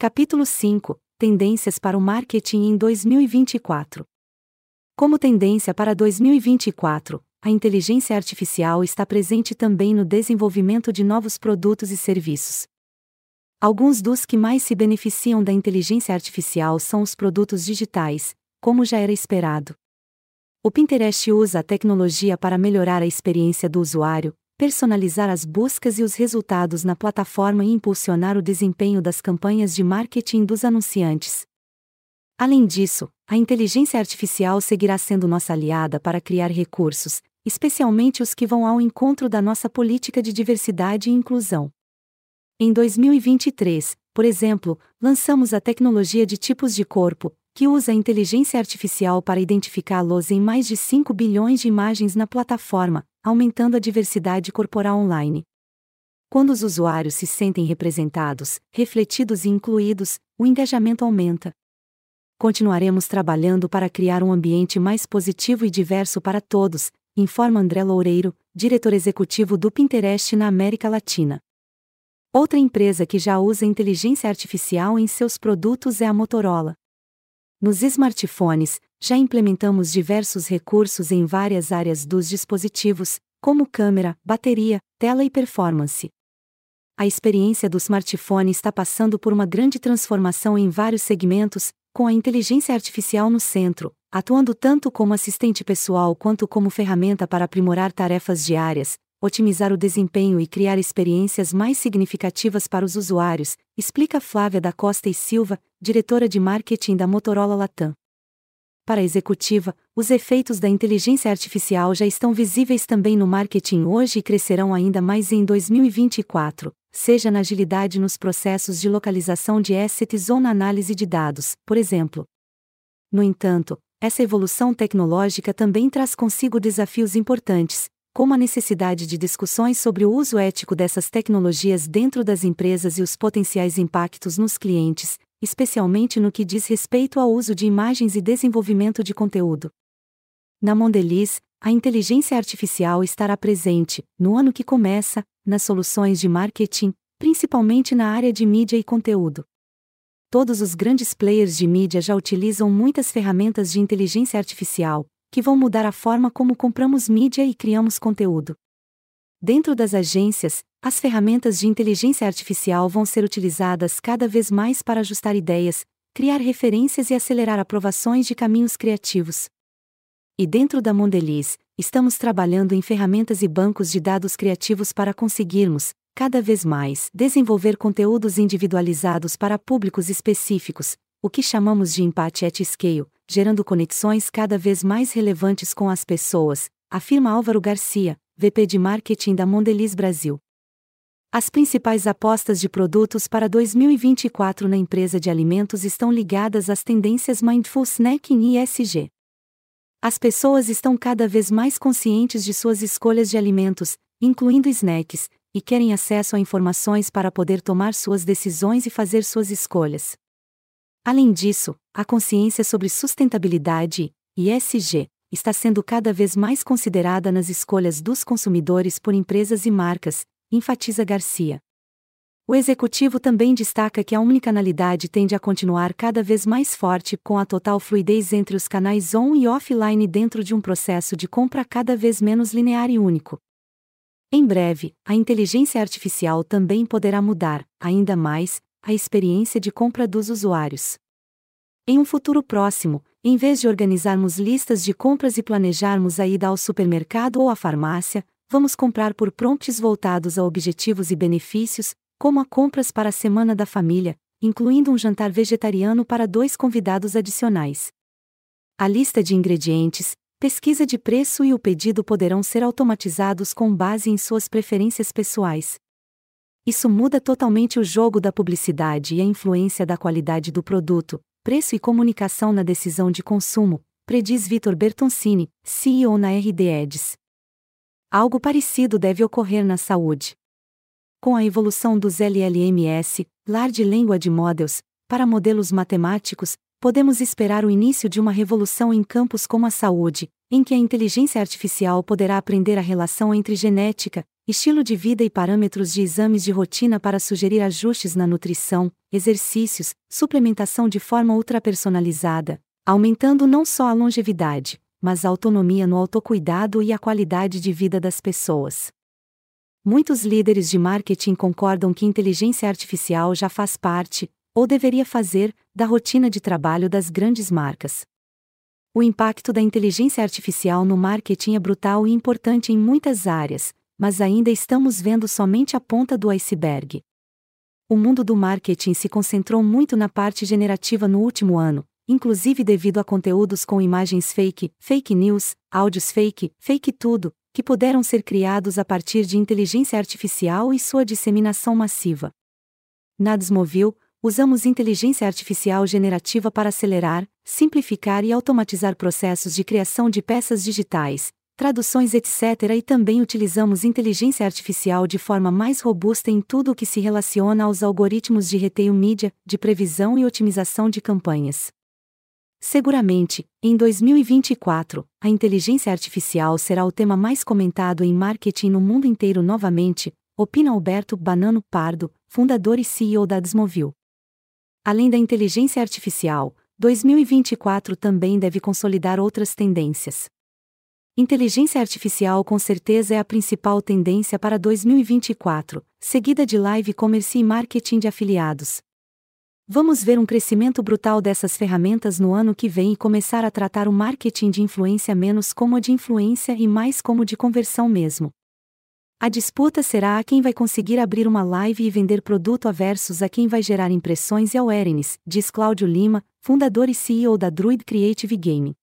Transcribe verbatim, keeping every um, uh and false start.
Capítulo cinco. Tendências para o marketing em dois mil e vinte e quatro. Como tendência para dois mil e vinte e quatro, a inteligência artificial está presente também no desenvolvimento de novos produtos e serviços. Alguns dos que mais se beneficiam da inteligência artificial são os produtos digitais, como já era esperado. O Pinterest usa a tecnologia para melhorar a experiência do usuário, personalizar as buscas e os resultados na plataforma e impulsionar o desempenho das campanhas de marketing dos anunciantes. Além disso, a inteligência artificial seguirá sendo nossa aliada para criar recursos, especialmente os que vão ao encontro da nossa política de diversidade e inclusão. Em dois mil e vinte e três, por exemplo, lançamos a tecnologia de tipos de corpo, que usa a inteligência artificial para identificá-los em mais de cinco bilhões de imagens na plataforma, aumentando a diversidade corporal online. Quando os usuários se sentem representados, refletidos e incluídos, o engajamento aumenta. Continuaremos trabalhando para criar um ambiente mais positivo e diverso para todos, informa André Loureiro, diretor executivo do Pinterest na América Latina. Outra empresa que já usa inteligência artificial em seus produtos é a Motorola. Nos smartphones, já implementamos diversos recursos em várias áreas dos dispositivos, como câmera, bateria, tela e performance. A experiência do smartphone está passando por uma grande transformação em vários segmentos, com a inteligência artificial no centro, atuando tanto como assistente pessoal quanto como ferramenta para aprimorar tarefas diárias, otimizar o desempenho e criar experiências mais significativas para os usuários, explica Flávia da Costa e Silva, diretora de marketing da Motorola Latam. Para a executiva, os efeitos da inteligência artificial já estão visíveis também no marketing hoje e crescerão ainda mais em dois mil e vinte e quatro, seja na agilidade nos processos de localização de assets ou na análise de dados, por exemplo. No entanto, essa evolução tecnológica também traz consigo desafios importantes, como a necessidade de discussões sobre o uso ético dessas tecnologias dentro das empresas e os potenciais impactos nos clientes, especialmente no que diz respeito ao uso de imagens e desenvolvimento de conteúdo. Na Mondelez, a inteligência artificial estará presente, no ano que começa, nas soluções de marketing, principalmente na área de mídia e conteúdo. Todos os grandes players de mídia já utilizam muitas ferramentas de inteligência artificial, que vão mudar a forma como compramos mídia e criamos conteúdo. Dentro das agências, as ferramentas de inteligência artificial vão ser utilizadas cada vez mais para ajustar ideias, criar referências e acelerar aprovações de caminhos criativos. E dentro da Mondelez, estamos trabalhando em ferramentas e bancos de dados criativos para conseguirmos, cada vez mais, desenvolver conteúdos individualizados para públicos específicos, o que chamamos de Impact at Scale, gerando conexões cada vez mais relevantes com as pessoas, afirma Álvaro Garcia, V P de Marketing da Mondelez Brasil. As principais apostas de produtos para dois mil e vinte e quatro na empresa de alimentos estão ligadas às tendências Mindful Snacking e E S G. As pessoas estão cada vez mais conscientes de suas escolhas de alimentos, incluindo snacks, e querem acesso a informações para poder tomar suas decisões e fazer suas escolhas. Além disso, a consciência sobre sustentabilidade e E S G está sendo cada vez mais considerada nas escolhas dos consumidores por empresas e marcas, enfatiza Garcia. O executivo também destaca que a omnicanalidade tende a continuar cada vez mais forte com a total fluidez entre os canais on e offline dentro de um processo de compra cada vez menos linear e único. Em breve, a inteligência artificial também poderá mudar, ainda mais, a experiência de compra dos usuários. Em um futuro próximo, em vez de organizarmos listas de compras e planejarmos a ida ao supermercado ou à farmácia, vamos comprar por prompts voltados a objetivos e benefícios, como a compras para a semana da família, incluindo um jantar vegetariano para dois convidados adicionais. A lista de ingredientes, pesquisa de preço e o pedido poderão ser automatizados com base em suas preferências pessoais. Isso muda totalmente o jogo da publicidade e a influência da qualidade do produto, preço e comunicação na decisão de consumo, prediz Vitor Bertoncini, C E O na R D Ads. Algo parecido deve ocorrer na saúde. Com a evolução dos L L M S, Large Language Models, para modelos matemáticos, podemos esperar o início de uma revolução em campos como a saúde, em que a inteligência artificial poderá aprender a relação entre genética, estilo de vida e parâmetros de exames de rotina para sugerir ajustes na nutrição, exercícios, suplementação de forma ultrapersonalizada, aumentando não só a longevidade, mas a autonomia no autocuidado e a qualidade de vida das pessoas. Muitos líderes de marketing concordam que inteligência artificial já faz parte, ou deveria fazer, da rotina de trabalho das grandes marcas. O impacto da inteligência artificial no marketing é brutal e importante em muitas áreas, mas ainda estamos vendo somente a ponta do iceberg. O mundo do marketing se concentrou muito na parte generativa no último ano, inclusive devido a conteúdos com imagens fake, fake news, áudios fake, fake tudo, que puderam ser criados a partir de inteligência artificial e sua disseminação massiva. Na Desmovil, usamos inteligência artificial generativa para acelerar, simplificar e automatizar processos de criação de peças digitais, traduções etcétera e também utilizamos inteligência artificial de forma mais robusta em tudo o que se relaciona aos algoritmos de retail media, de previsão e otimização de campanhas. Seguramente, em dois mil e vinte e quatro, a inteligência artificial será o tema mais comentado em marketing no mundo inteiro novamente, opina Alberto Banano Pardo, fundador e C E O da Desmovil. Além da inteligência artificial, dois mil e vinte e quatro também deve consolidar outras tendências. Inteligência artificial com certeza é a principal tendência para dois mil e vinte e quatro, seguida de live commerce e marketing de afiliados. Vamos ver um crescimento brutal dessas ferramentas no ano que vem e começar a tratar o marketing de influência menos como de influência e mais como de conversão mesmo. A disputa será a quem vai conseguir abrir uma live e vender produto a versus a quem vai gerar impressões e awareness, diz Cláudio Lima, fundador e C E O da Druid Creative Gaming.